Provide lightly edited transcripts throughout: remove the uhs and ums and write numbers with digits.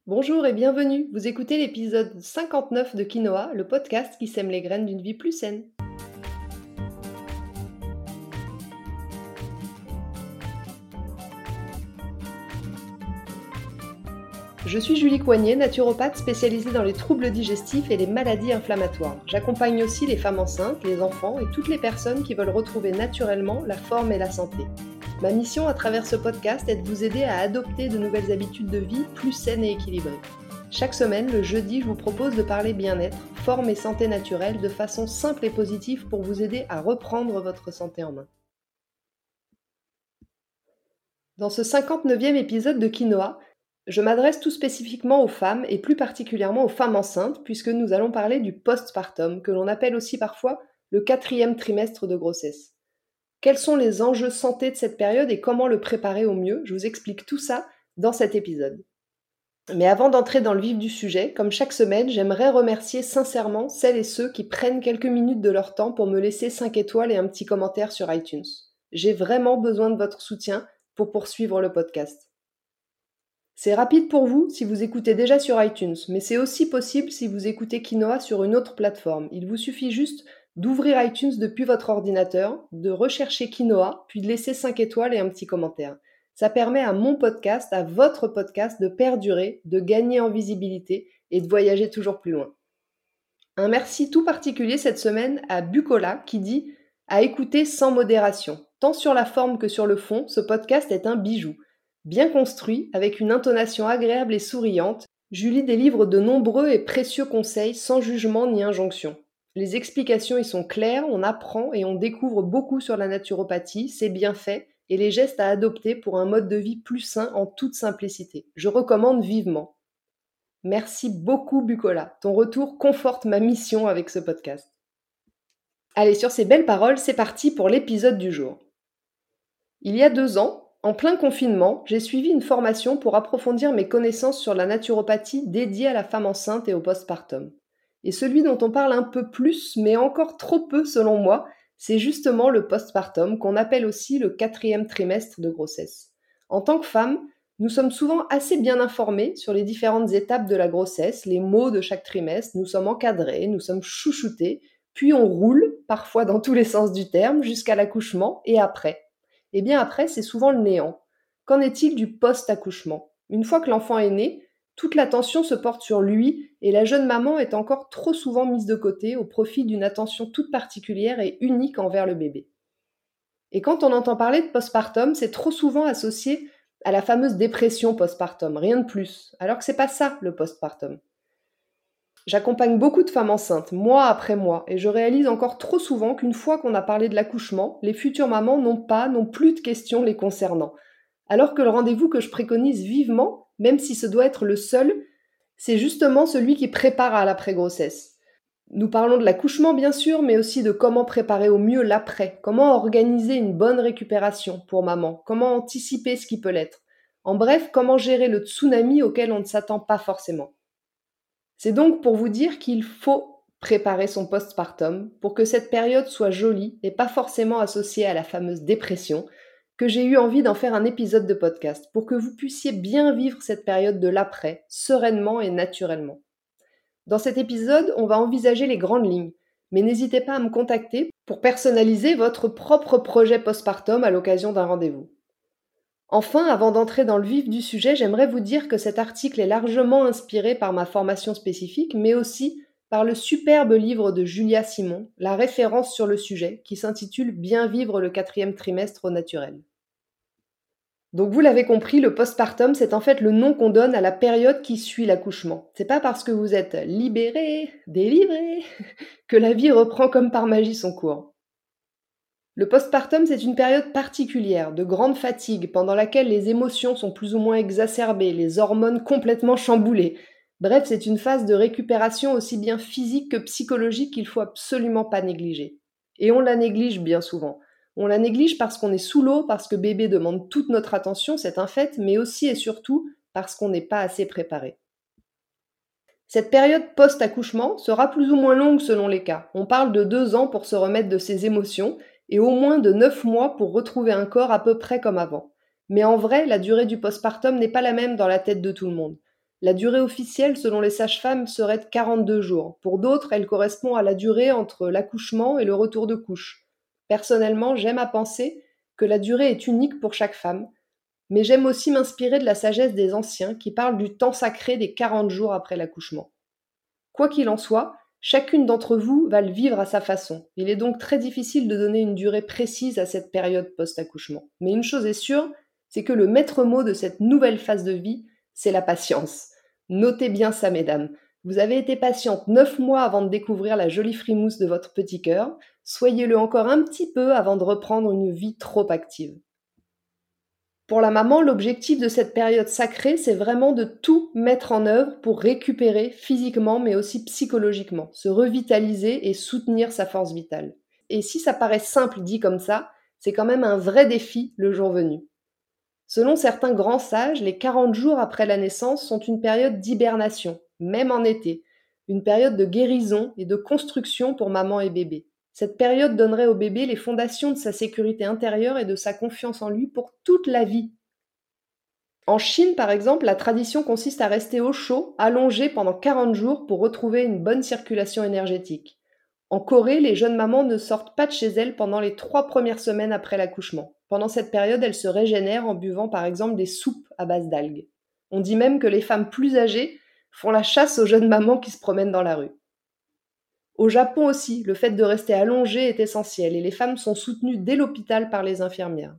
Bonjour et bienvenue. Vous écoutez l'épisode 59 de Quinoa, le podcast qui sème les graines d'une vie plus saine. Je suis Julie Coignet, naturopathe spécialisée dans les troubles digestifs et les maladies inflammatoires. J'accompagne aussi les femmes enceintes, les enfants et toutes les personnes qui veulent retrouver naturellement la forme et la santé. Ma mission à travers ce podcast est de vous aider à adopter de nouvelles habitudes de vie plus saines et équilibrées. Chaque semaine, le jeudi, je vous propose de parler bien-être, forme et santé naturelle de façon simple et positive pour vous aider à reprendre votre santé en main. Dans ce 59e épisode de Quinoa, je m'adresse tout spécifiquement aux femmes et plus particulièrement aux femmes enceintes puisque nous allons parler du postpartum, que l'on appelle aussi parfois le 4e trimestre de grossesse. Quels sont les enjeux santé de cette période et comment le préparer au mieux? Je vous explique tout ça dans cet épisode. Mais avant d'entrer dans le vif du sujet, comme chaque semaine, j'aimerais remercier sincèrement celles et ceux qui prennent quelques minutes de leur temps pour me laisser 5 étoiles et un petit commentaire sur iTunes. J'ai vraiment besoin de votre soutien pour poursuivre le podcast. C'est rapide pour vous si vous écoutez déjà sur iTunes, mais c'est aussi possible si vous écoutez Quinoa sur une autre plateforme. Il vous suffit juste d'ouvrir iTunes depuis votre ordinateur, de rechercher Quinoa, puis de laisser 5 étoiles et un petit commentaire. Ça permet à mon podcast, à votre podcast, de perdurer, de gagner en visibilité et de voyager toujours plus loin. Un merci tout particulier cette semaine à Bucola qui dit « À écouter sans modération. Tant sur la forme que sur le fond, ce podcast est un bijou. Bien construit, avec une intonation agréable et souriante, Julie délivre de nombreux et précieux conseils sans jugement ni injonction. Les explications y sont claires, on apprend et on découvre beaucoup sur la naturopathie, ses bienfaits et les gestes à adopter pour un mode de vie plus sain en toute simplicité. Je recommande vivement. Merci beaucoup Bucola, ton retour conforte ma mission avec ce podcast. Allez, sur ces belles paroles, c'est parti pour l'épisode du jour. Il y a 2 ans, en plein confinement, j'ai suivi une formation pour approfondir mes connaissances sur la naturopathie dédiée à la femme enceinte et au postpartum. Et celui dont on parle un peu plus, mais encore trop peu selon moi, c'est justement le postpartum, qu'on appelle aussi le 4e trimestre de grossesse. En tant que femme, nous sommes souvent assez bien informés sur les différentes étapes de la grossesse, les maux de chaque trimestre, nous sommes encadrés, nous sommes chouchoutés, puis on roule, parfois dans tous les sens du terme, jusqu'à l'accouchement et après. Et bien après, c'est souvent le néant. Qu'en est-il du post-accouchement? Une fois que l'enfant est né, toute l'attention se porte sur lui et la jeune maman est encore trop souvent mise de côté au profit d'une attention toute particulière et unique envers le bébé. Et quand on entend parler de postpartum, c'est trop souvent associé à la fameuse dépression postpartum, rien de plus, alors que c'est pas ça le postpartum. J'accompagne beaucoup de femmes enceintes, mois après mois, et je réalise encore trop souvent qu'une fois qu'on a parlé de l'accouchement, les futures mamans n'ont plus de questions les concernant. Alors que le rendez-vous que je préconise vivement, même si ce doit être le seul, c'est justement celui qui prépare à l'après-grossesse. Nous parlons de l'accouchement bien sûr, mais aussi de comment préparer au mieux l'après, comment organiser une bonne récupération pour maman, comment anticiper ce qui peut l'être. En bref, comment gérer le tsunami auquel on ne s'attend pas forcément. C'est donc pour vous dire qu'il faut préparer son postpartum pour que cette période soit jolie et pas forcément associée à la fameuse dépression, que j'ai eu envie d'en faire un épisode de podcast pour que vous puissiez bien vivre cette période de l'après, sereinement et naturellement. Dans cet épisode, on va envisager les grandes lignes, mais n'hésitez pas à me contacter pour personnaliser votre propre projet postpartum à l'occasion d'un rendez-vous. Enfin, avant d'entrer dans le vif du sujet, j'aimerais vous dire que cet article est largement inspiré par ma formation spécifique, mais aussi par le superbe livre de Julia Simon, la référence sur le sujet, qui s'intitule « Bien vivre le 4e trimestre au naturel ». Donc vous l'avez compris, le postpartum, c'est en fait le nom qu'on donne à la période qui suit l'accouchement. C'est pas parce que vous êtes libéré, délivré, que la vie reprend comme par magie son cours. Le postpartum, c'est une période particulière, de grande fatigue, pendant laquelle les émotions sont plus ou moins exacerbées, les hormones complètement chamboulées. Bref, c'est une phase de récupération aussi bien physique que psychologique qu'il faut absolument pas négliger. Et on la néglige bien souvent. On la néglige parce qu'on est sous l'eau, parce que bébé demande toute notre attention, c'est un fait, mais aussi et surtout parce qu'on n'est pas assez préparé. Cette période post-accouchement sera plus ou moins longue selon les cas. On parle de 2 ans pour se remettre de ses émotions et au moins de 9 mois pour retrouver un corps à peu près comme avant. Mais en vrai, la durée du postpartum n'est pas la même dans la tête de tout le monde. La durée officielle selon les sages-femmes serait de 42 jours. Pour d'autres, elle correspond à la durée entre l'accouchement et le retour de couche. Personnellement, j'aime à penser que la durée est unique pour chaque femme, mais j'aime aussi m'inspirer de la sagesse des anciens qui parlent du temps sacré des 40 jours après l'accouchement. Quoi qu'il en soit, chacune d'entre vous va le vivre à sa façon. Il est donc très difficile de donner une durée précise à cette période post-accouchement. Mais une chose est sûre, c'est que le maître mot de cette nouvelle phase de vie, c'est la patience. Notez bien ça, mesdames. Vous avez été patiente 9 mois avant de découvrir la jolie frimousse de votre petit cœur. Soyez-le encore un petit peu avant de reprendre une vie trop active. Pour la maman, l'objectif de cette période sacrée, c'est vraiment de tout mettre en œuvre pour récupérer physiquement mais aussi psychologiquement, se revitaliser et soutenir sa force vitale. Et si ça paraît simple dit comme ça, c'est quand même un vrai défi le jour venu. Selon certains grands sages, les 40 jours après la naissance sont une période d'hibernation, même en été, une période de guérison et de construction pour maman et bébé. Cette période donnerait au bébé les fondations de sa sécurité intérieure et de sa confiance en lui pour toute la vie. En Chine, par exemple, la tradition consiste à rester au chaud, allongé pendant 40 jours pour retrouver une bonne circulation énergétique. En Corée, les jeunes mamans ne sortent pas de chez elles pendant les 3 premières semaines après l'accouchement. Pendant cette période, elles se régénèrent en buvant par exemple des soupes à base d'algues. On dit même que les femmes plus âgées font la chasse aux jeunes mamans qui se promènent dans la rue. Au Japon aussi, le fait de rester allongé est essentiel et les femmes sont soutenues dès l'hôpital par les infirmières.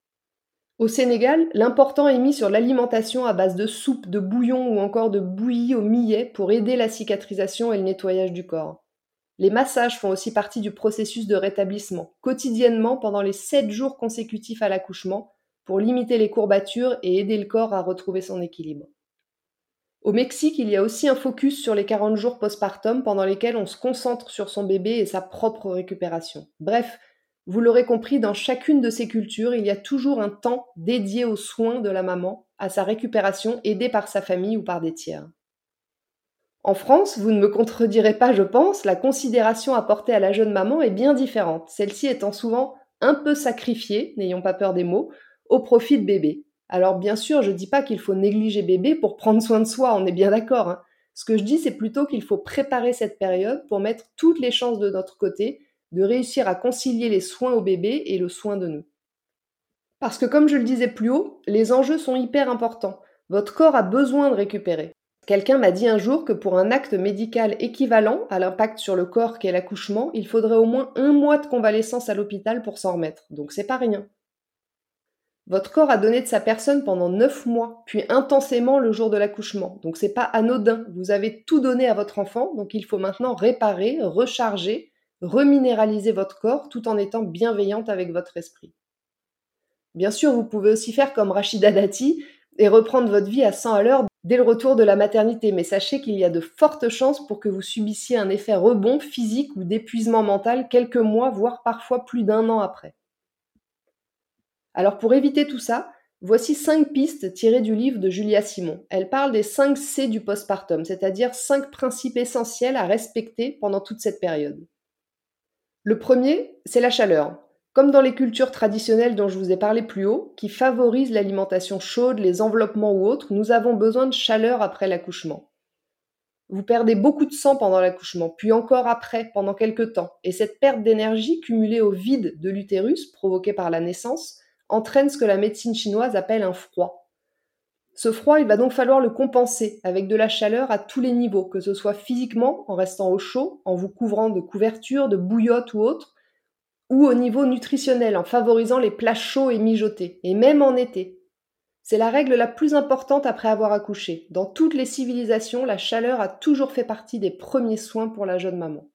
Au Sénégal, l'important est mis sur l'alimentation à base de soupe, de bouillon ou encore de bouillie au millet pour aider la cicatrisation et le nettoyage du corps. Les massages font aussi partie du processus de rétablissement, quotidiennement pendant les 7 jours consécutifs à l'accouchement, pour limiter les courbatures et aider le corps à retrouver son équilibre. Au Mexique, il y a aussi un focus sur les 40 jours postpartum pendant lesquels on se concentre sur son bébé et sa propre récupération. Bref, vous l'aurez compris, dans chacune de ces cultures, il y a toujours un temps dédié aux soins de la maman, à sa récupération, aidée par sa famille ou par des tiers. En France, vous ne me contredirez pas, je pense, la considération apportée à la jeune maman est bien différente, celle-ci étant souvent un peu sacrifiée, n'ayons pas peur des mots, au profit de bébé. Alors bien sûr, je ne dis pas qu'il faut négliger bébé pour prendre soin de soi, on est bien d'accord, hein. Ce que je dis, c'est plutôt qu'il faut préparer cette période pour mettre toutes les chances de notre côté de réussir à concilier les soins au bébé et le soin de nous. Parce que comme je le disais plus haut, les enjeux sont hyper importants. Votre corps a besoin de récupérer. Quelqu'un m'a dit un jour que pour un acte médical équivalent à l'impact sur le corps qu'est l'accouchement, il faudrait au moins 1 mois de convalescence à l'hôpital pour s'en remettre. Donc c'est pas rien. Votre corps a donné de sa personne pendant 9 mois, puis intensément le jour de l'accouchement. Donc c'est pas anodin. Vous avez tout donné à votre enfant, donc il faut maintenant réparer, recharger, reminéraliser votre corps tout en étant bienveillante avec votre esprit. Bien sûr, vous pouvez aussi faire comme Rachida Dati et reprendre votre vie à 100 à l'heure dès le retour de la maternité, mais sachez qu'il y a de fortes chances pour que vous subissiez un effet rebond physique ou d'épuisement mental quelques mois, voire parfois plus d'1 an après. Alors pour éviter tout ça, voici 5 pistes tirées du livre de Julia Simon. Elle parle des 5 C du postpartum, c'est-à-dire 5 principes essentiels à respecter pendant toute cette période. Le premier, c'est la chaleur. Comme dans les cultures traditionnelles dont je vous ai parlé plus haut, qui favorisent l'alimentation chaude, les enveloppements ou autres, nous avons besoin de chaleur après l'accouchement. Vous perdez beaucoup de sang pendant l'accouchement, puis encore après, pendant quelques temps, et cette perte d'énergie cumulée au vide de l'utérus, provoquée par la naissance, entraîne ce que la médecine chinoise appelle un froid. Ce froid, il va donc falloir le compenser avec de la chaleur à tous les niveaux, que ce soit physiquement, en restant au chaud, en vous couvrant de couvertures, de bouillottes ou autres, ou au niveau nutritionnel, en favorisant les plats chauds et mijotés, et même en été. C'est la règle la plus importante après avoir accouché. Dans toutes les civilisations, la chaleur a toujours fait partie des premiers soins pour la jeune maman.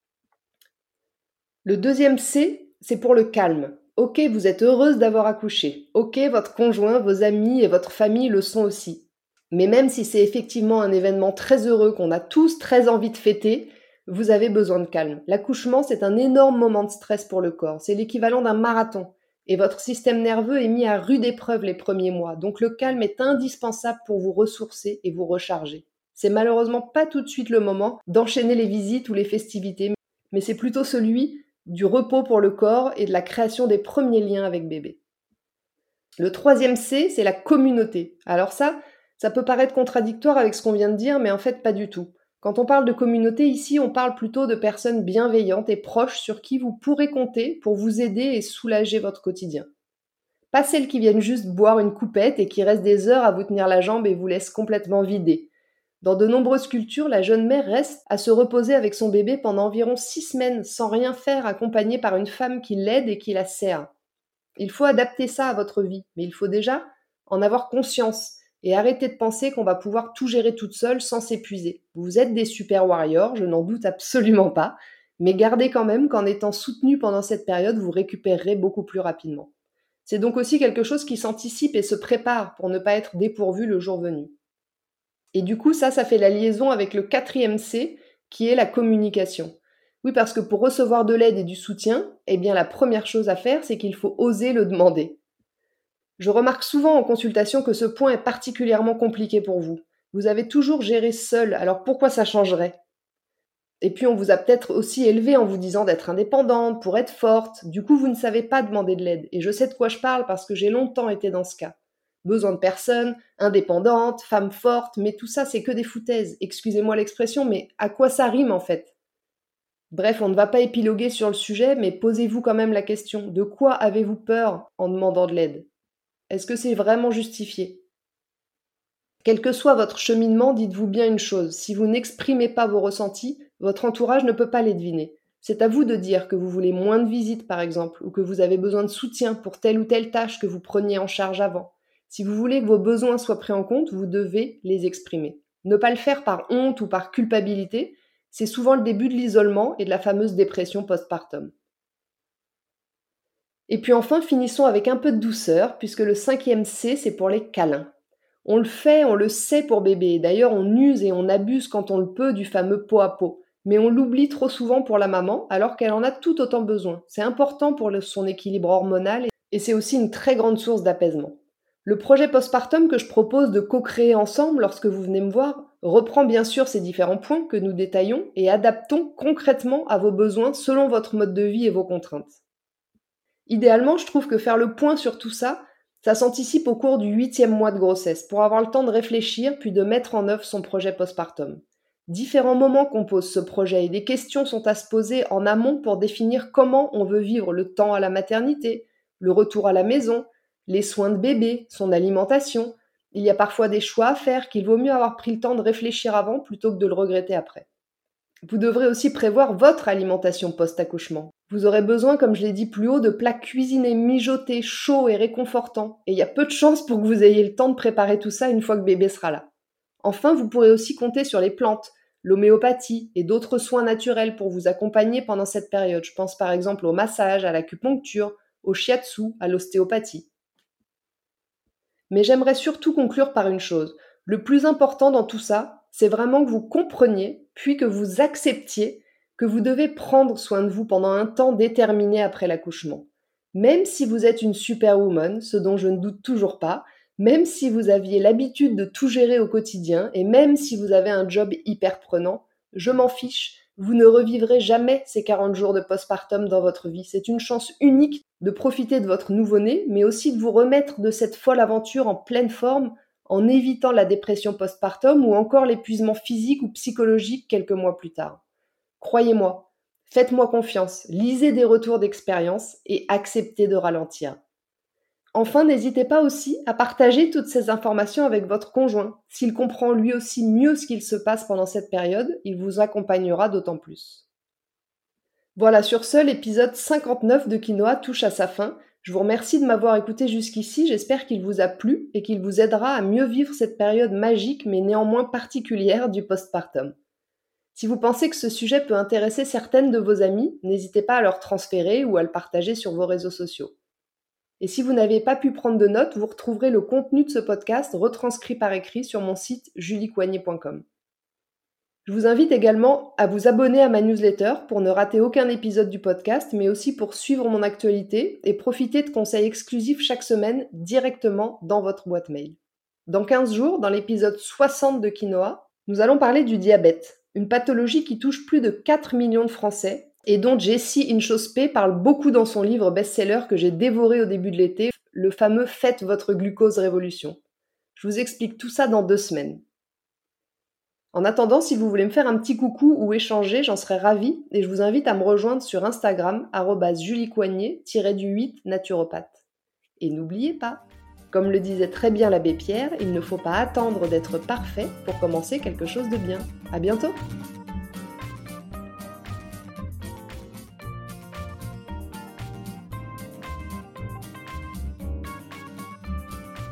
Le deuxième C, c'est pour le calme. Ok, vous êtes heureuse d'avoir accouché. Ok, votre conjoint, vos amis et votre famille le sont aussi. Mais même si c'est effectivement un événement très heureux qu'on a tous très envie de fêter, vous avez besoin de calme. L'accouchement, c'est un énorme moment de stress pour le corps. C'est l'équivalent d'un marathon. Et votre système nerveux est mis à rude épreuve les premiers mois. Donc le calme est indispensable pour vous ressourcer et vous recharger. C'est malheureusement pas tout de suite le moment d'enchaîner les visites ou les festivités, mais c'est plutôt celui du repos pour le corps et de la création des premiers liens avec bébé. Le troisième C, c'est la communauté. Alors ça Ça peut paraître contradictoire avec ce qu'on vient de dire, mais en fait pas du tout. Quand on parle de communauté ici, on parle plutôt de personnes bienveillantes et proches sur qui vous pourrez compter pour vous aider et soulager votre quotidien. Pas celles qui viennent juste boire une coupette et qui restent des heures à vous tenir la jambe et vous laissent complètement vider. Dans de nombreuses cultures, la jeune mère reste à se reposer avec son bébé pendant environ 6 semaines sans rien faire, accompagnée par une femme qui l'aide et qui la sert. Il faut adapter ça à votre vie, mais il faut déjà en avoir conscience et arrêter de penser qu'on va pouvoir tout gérer toute seule sans s'épuiser. Vous êtes des super warriors, je n'en doute absolument pas, mais gardez quand même qu'en étant soutenu pendant cette période, vous récupérerez beaucoup plus rapidement. C'est donc aussi quelque chose qui s'anticipe et se prépare pour ne pas être dépourvu le jour venu. Et du coup, ça fait la liaison avec le 4e C, qui est la communication. Oui, parce que pour recevoir de l'aide et du soutien, eh bien la première chose à faire, c'est qu'il faut oser le demander. Je remarque souvent en consultation que ce point est particulièrement compliqué pour vous. Vous avez toujours géré seul, alors pourquoi ça changerait? Et puis on vous a peut-être aussi élevé en vous disant d'être indépendante, pour être forte. Du coup, vous ne savez pas demander de l'aide. Et je sais de quoi je parle parce que j'ai longtemps été dans ce cas. Besoin de personne, indépendante, femme forte, mais tout ça c'est que des foutaises. Excusez-moi l'expression, mais à quoi ça rime en fait? Bref, on ne va pas épiloguer sur le sujet, mais posez-vous quand même la question. De quoi avez-vous peur en demandant de l'aide? Est-ce que c'est vraiment justifié? Quel que soit votre cheminement, dites-vous bien une chose, si vous n'exprimez pas vos ressentis, votre entourage ne peut pas les deviner. C'est à vous de dire que vous voulez moins de visites par exemple, ou que vous avez besoin de soutien pour telle ou telle tâche que vous preniez en charge avant. Si vous voulez que vos besoins soient pris en compte, vous devez les exprimer. Ne pas le faire par honte ou par culpabilité, c'est souvent le début de l'isolement et de la fameuse dépression postpartum. Et puis enfin, finissons avec un peu de douceur, puisque le 5e C, c'est pour les câlins. On le fait, on le sait pour bébé. D'ailleurs, on use et on abuse quand on le peut du fameux pot à pot. Mais on l'oublie trop souvent pour la maman, alors qu'elle en a tout autant besoin. C'est important pour son équilibre hormonal et c'est aussi une très grande source d'apaisement. Le projet postpartum que je propose de co-créer ensemble lorsque vous venez me voir reprend bien sûr ces différents points que nous détaillons et adaptons concrètement à vos besoins selon votre mode de vie et vos contraintes. Idéalement, je trouve que faire le point sur tout ça, ça s'anticipe au cours du 8e mois de grossesse pour avoir le temps de réfléchir puis de mettre en œuvre son projet postpartum. Différents moments composent ce projet et des questions sont à se poser en amont pour définir comment on veut vivre le temps à la maternité, le retour à la maison, les soins de bébé, son alimentation. Il y a parfois des choix à faire qu'il vaut mieux avoir pris le temps de réfléchir avant plutôt que de le regretter après. Vous devrez aussi prévoir votre alimentation post-accouchement. Vous aurez besoin, comme je l'ai dit plus haut, de plats cuisinés, mijotés, chauds et réconfortants. Et il y a peu de chances pour que vous ayez le temps de préparer tout ça une fois que bébé sera là. Enfin, vous pourrez aussi compter sur les plantes, l'homéopathie et d'autres soins naturels pour vous accompagner pendant cette période. Je pense par exemple au massage, à l'acupuncture, au shiatsu, à l'ostéopathie. Mais j'aimerais surtout conclure par une chose. Le plus important dans tout ça, c'est vraiment que vous compreniez, puis que vous acceptiez que vous devez prendre soin de vous pendant un temps déterminé après l'accouchement. Même si vous êtes une superwoman, ce dont je ne doute toujours pas, même si vous aviez l'habitude de tout gérer au quotidien, et même si vous avez un job hyper prenant, je m'en fiche, vous ne revivrez jamais ces 40 jours de postpartum dans votre vie. C'est une chance unique de profiter de votre nouveau-né, mais aussi de vous remettre de cette folle aventure en pleine forme, en évitant la dépression postpartum ou encore l'épuisement physique ou psychologique quelques mois plus tard. Croyez-moi, faites-moi confiance, lisez des retours d'expérience et acceptez de ralentir. Enfin, n'hésitez pas aussi à partager toutes ces informations avec votre conjoint. S'il comprend lui aussi mieux ce qu'il se passe pendant cette période, il vous accompagnera d'autant plus. Voilà, sur ce, l'épisode 59 de Quinoa touche à sa fin. Je vous remercie de m'avoir écouté jusqu'ici, j'espère qu'il vous a plu et qu'il vous aidera à mieux vivre cette période magique mais néanmoins particulière du postpartum. Si vous pensez que ce sujet peut intéresser certaines de vos amies, n'hésitez pas à leur transférer ou à le partager sur vos réseaux sociaux. Et si vous n'avez pas pu prendre de notes, vous retrouverez le contenu de ce podcast retranscrit par écrit sur mon site juliecoignet.com. Je vous invite également à vous abonner à ma newsletter pour ne rater aucun épisode du podcast, mais aussi pour suivre mon actualité et profiter de conseils exclusifs chaque semaine directement dans votre boîte mail. Dans 15 jours, dans l'épisode 60 de Quinoa, nous allons parler du diabète, une pathologie qui touche plus de 4 millions de Français et dont Jessie Inchauspé parle beaucoup dans son livre best-seller que j'ai dévoré au début de l'été, le fameux Faites votre glucose révolution. Je vous explique tout ça dans 2 semaines. En attendant, si vous voulez me faire un petit coucou ou échanger, j'en serais ravie et je vous invite à me rejoindre sur Instagram @juliecoignet-8 naturopathe. Et n'oubliez pas, comme le disait très bien l'abbé Pierre, il ne faut pas attendre d'être parfait pour commencer quelque chose de bien. À bientôt!